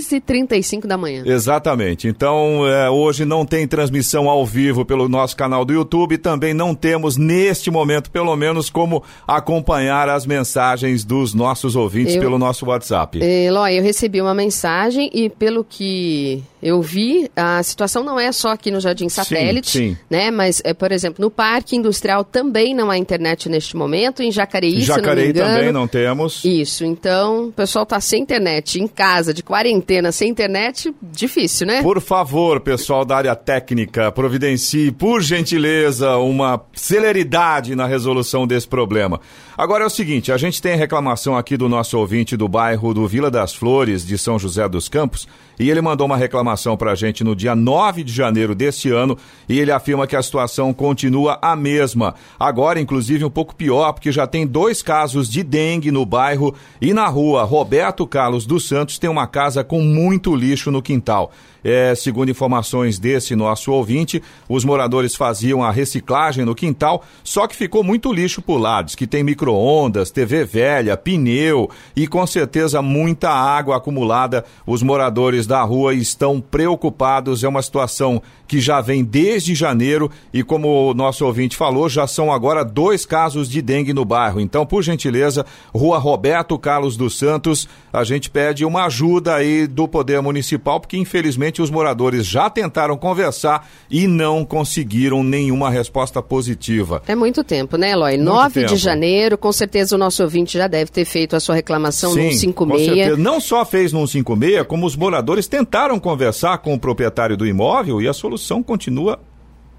6h35 da manhã. Exatamente. Então, hoje não tem transmissão ao vivo pelo nosso canal do YouTube. Também não temos, neste momento, pelo menos, como acompanhar as mensagens dos nossos ouvintes pelo nosso WhatsApp. Eloy, eu recebi uma mensagem e, pelo que eu vi, a situação não é só aqui no Jardim Satélite, sim. Né? Mas, por exemplo, no Parque Industrial também não há internet neste momento. Em Jacareí, se não me engano, também não temos. Isso, então o pessoal tá sem internet, em casa, de quarentena, sem internet, difícil, né? Por favor, pessoal da área técnica, providencie, por gentileza, uma celeridade na resolução desse problema. Agora é o seguinte, a gente tem reclamação aqui do nosso ouvinte do bairro do Vila das Flores, de São José dos Campos, e ele mandou uma reclamação pra gente no dia 9 de janeiro deste ano, e ele afirma que a situação continua a mesma. Agora, inclusive, um pouco pior, porque já tem 2 casos de dengue no bairro, e na rua Roberto Carlos dos Santos tem uma casa com muito lixo no quintal. Segundo informações desse nosso ouvinte, os moradores faziam a reciclagem no quintal, só que ficou muito lixo por lá. Diz que tem micro-ondas, TV velha, pneu e com certeza muita água acumulada. Os moradores da rua estão preocupados, é uma situação que já vem desde janeiro e, como o nosso ouvinte falou, já são agora 2 casos de dengue no bairro. Então, por gentileza, Rua Roberto Carlos dos Santos, a gente pede uma ajuda aí do Poder Municipal, porque infelizmente os moradores já tentaram conversar e não conseguiram nenhuma resposta positiva. É muito tempo, né, Eloy? 9 de janeiro, com certeza o nosso ouvinte já deve ter feito a sua reclamação no 156. Com certeza. Não só fez no 156, como os moradores tentaram conversar com o proprietário do imóvel e a solução continua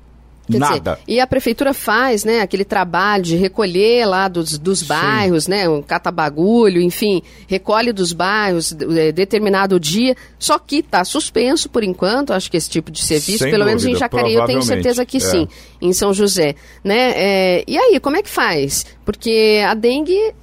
Nada. E a prefeitura faz, né, aquele trabalho de recolher lá dos bairros, né, um catabagulho, enfim, recolhe dos bairros determinado dia, só que está suspenso por enquanto, acho que esse tipo de serviço, sem pelo dúvida, menos em Jacareí eu tenho certeza que sim, em São José, né, e aí, como é que faz? Porque a dengue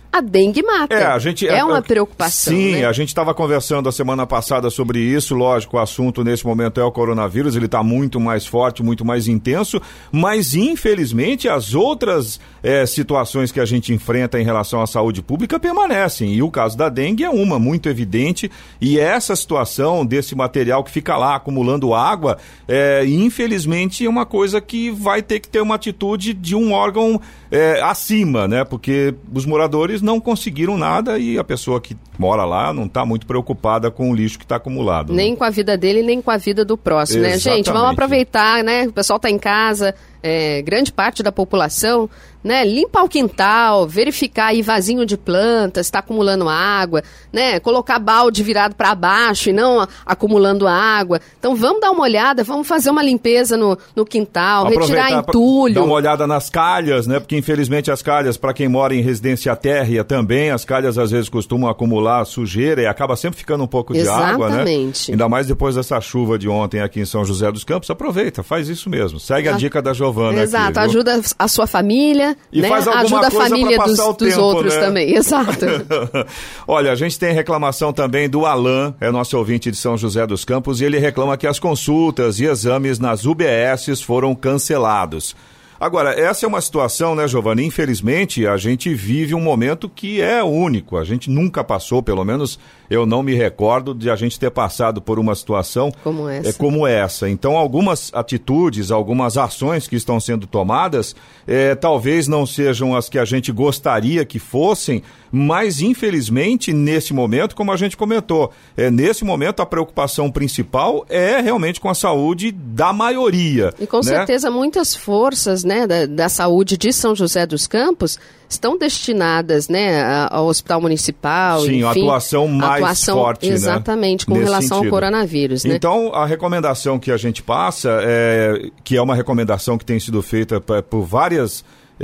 mata. É uma preocupação. Sim, né? A gente estava conversando a semana passada sobre isso. Lógico, o assunto nesse momento é o coronavírus. Ele está muito mais forte, muito mais intenso. Mas, infelizmente, as outras situações que a gente enfrenta em relação à saúde pública permanecem. E o caso da dengue é uma, muito evidente. E essa situação desse material que fica lá acumulando água, infelizmente, é uma coisa que vai ter que ter uma atitude de um órgão acima, né? Porque os moradores não conseguiram nada e a pessoa que mora lá não está muito preocupada com o lixo que está acumulado. Nem com a vida dele, nem com a vida do próximo, né? Gente, vamos aproveitar, né? O pessoal está em casa, grande parte da população, né? Limpar o quintal, verificar aí vasinho de plantas, está acumulando água, né? Colocar balde virado para baixo e não acumulando água. Então vamos dar uma olhada, vamos fazer uma limpeza no quintal, retirar entulho. Dar uma olhada nas calhas, né? Porque infelizmente as calhas, para quem mora em residência térrea também, as calhas às vezes costumam acumular sujeira e acaba sempre ficando um pouco de água, né? Exatamente. Ainda mais depois dessa chuva de ontem aqui em São José dos Campos. Aproveita, faz isso mesmo. Segue a dica da Giovana. Exato, aqui, ajuda a sua família, e né? Faz Ajuda a família dos tempo, outros, né? também, exato. Olha, a gente tem reclamação também do Alan, é nosso ouvinte de São José dos Campos, e ele reclama que as consultas e exames nas UBSs foram cancelados. Agora, essa é uma situação, né, Giovana? Infelizmente, a gente vive um momento que é único. A gente nunca passou, pelo menos eu não me recordo de a gente ter passado por uma situação como essa. Então, algumas atitudes, algumas ações que estão sendo tomadas, talvez não sejam as que a gente gostaria que fossem, mas infelizmente, nesse momento, como a gente comentou, nesse momento a preocupação principal é realmente com a saúde da maioria. E com certeza muitas forças, né, da saúde de São José dos Campos estão destinadas, né, ao Hospital Municipal. Sim, enfim, a atuação mais forte, exatamente, né, com relação ao coronavírus. Né? Então, a recomendação que a gente passa, que é uma recomendação que tem sido feita por vários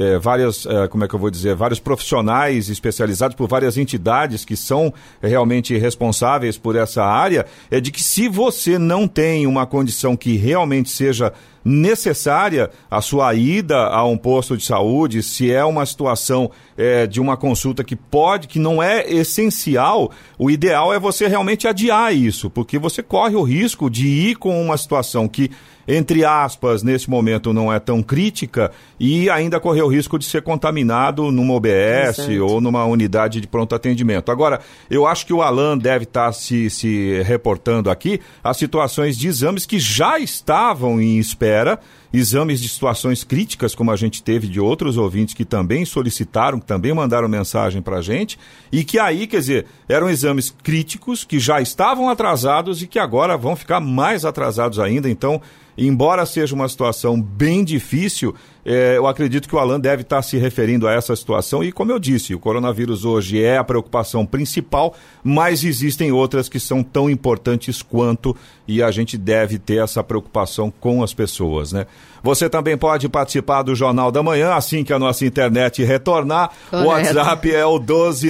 profissionais especializados, por várias entidades que são realmente responsáveis por essa área, é de que se você não tem uma condição que realmente seja necessária a sua ida a um posto de saúde, se é uma situação de uma consulta que não é essencial, o ideal é você realmente adiar isso, porque você corre o risco de ir com uma situação que, entre aspas, nesse momento não é tão crítica e ainda correr o risco de ser contaminado numa OBS ou numa unidade de pronto atendimento. Agora, eu acho que o Alan deve estar se reportando aqui as situações de exames que já estavam em espera, exames de situações críticas, como a gente teve de outros ouvintes que também solicitaram, que também mandaram mensagem para a gente, e que aí, quer dizer, eram exames críticos que já estavam atrasados e que agora vão ficar mais atrasados ainda. Então, embora seja uma situação bem difícil, eu acredito que o Alan deve estar se referindo a essa situação e, como eu disse, o coronavírus hoje é a preocupação principal, mas existem outras que são tão importantes quanto, e a gente deve ter essa preocupação com as pessoas, né? Você também pode participar do Jornal da Manhã assim que a nossa internet retornar. O WhatsApp é o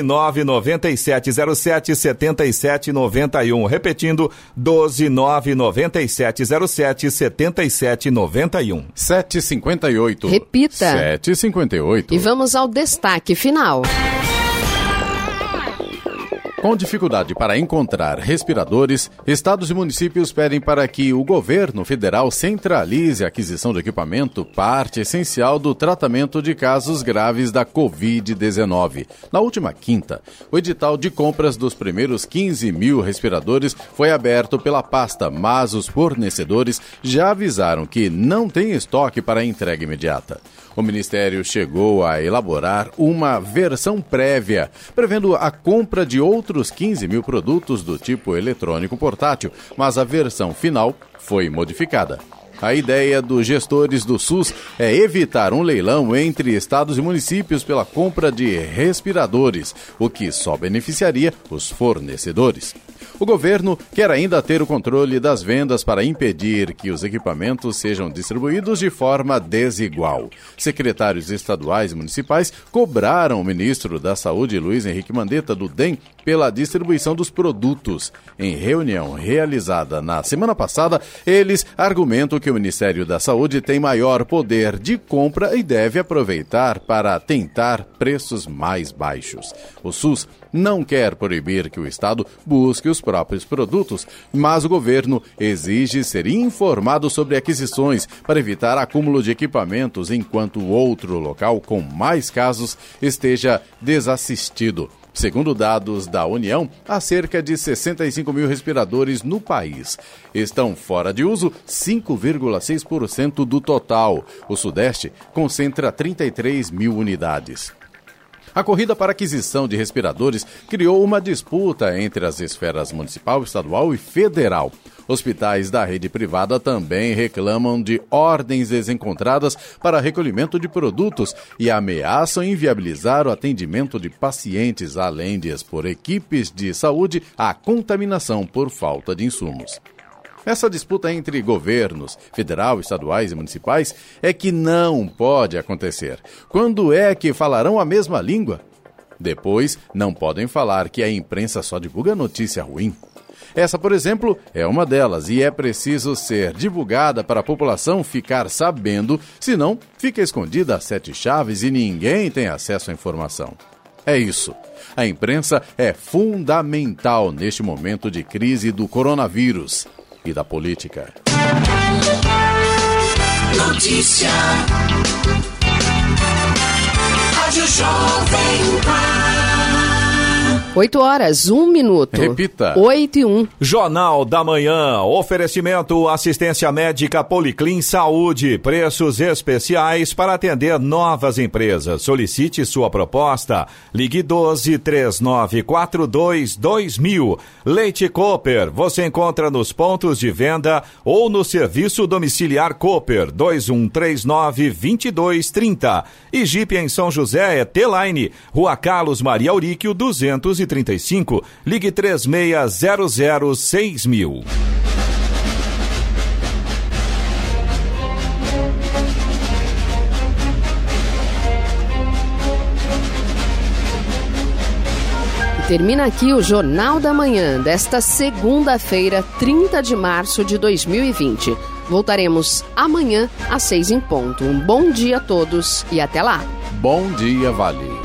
12997077791. Repetindo, 12997077791. 7h58. Repita. 7h58. E vamos ao destaque final. Com dificuldade para encontrar respiradores, estados e municípios pedem para que o governo federal centralize a aquisição de equipamento, parte essencial do tratamento de casos graves da Covid-19. Na última quinta, o edital de compras dos primeiros 15 mil respiradores foi aberto pela pasta, mas os fornecedores já avisaram que não tem estoque para entrega imediata. O Ministério chegou a elaborar uma versão prévia, prevendo a compra de outros 15 mil produtos do tipo eletrônico portátil, mas a versão final foi modificada. A ideia dos gestores do SUS é evitar um leilão entre estados e municípios pela compra de respiradores, o que só beneficiaria os fornecedores. O governo quer ainda ter o controle das vendas para impedir que os equipamentos sejam distribuídos de forma desigual. Secretários estaduais e municipais cobraram o ministro da Saúde, Luiz Henrique Mandetta, do DEM, pela distribuição dos produtos. Em reunião realizada na semana passada, eles argumentam que o Ministério da Saúde tem maior poder de compra e deve aproveitar para tentar preços mais baixos. O SUS não quer proibir que o Estado busque os próprios produtos, mas o governo exige ser informado sobre aquisições para evitar acúmulo de equipamentos enquanto o outro local com mais casos esteja desassistido. Segundo dados da União, há cerca de 65 mil respiradores no país. Estão fora de uso 5,6% do total. O Sudeste concentra 33 mil unidades. A corrida para aquisição de respiradores criou uma disputa entre as esferas municipal, estadual e federal. Hospitais da rede privada também reclamam de ordens desencontradas para recolhimento de produtos e ameaçam inviabilizar o atendimento de pacientes, além de expor equipes de saúde à contaminação por falta de insumos. Essa disputa entre governos, federal, estaduais e municipais, é que não pode acontecer. Quando é que falarão a mesma língua? Depois, não podem falar que a imprensa só divulga notícia ruim. Essa, por exemplo, é uma delas e é preciso ser divulgada para a população ficar sabendo, senão fica escondida a 7 chaves e ninguém tem acesso à informação. É isso. A imprensa é fundamental neste momento de crise do coronavírus e da política. Notícia. Rádio Jovem Pan. 8 horas, 1 minuto. Repita. 8 e 1. Jornal da Manhã. Oferecimento assistência médica Policlin Saúde. Preços especiais para atender novas empresas. Solicite sua proposta. Ligue 12-3942-2000. Leite Cooper. Você encontra nos pontos de venda ou no serviço domiciliar Cooper 2139-2230. E Jeep em São José é T-Line. Rua Carlos Maria Auríquio 235. Ligue 36006000. Termina aqui o Jornal da Manhã desta segunda-feira, 30 de março de 2020. Voltaremos amanhã às 6 em ponto. Um bom dia a todos e até lá. Bom dia, Vale.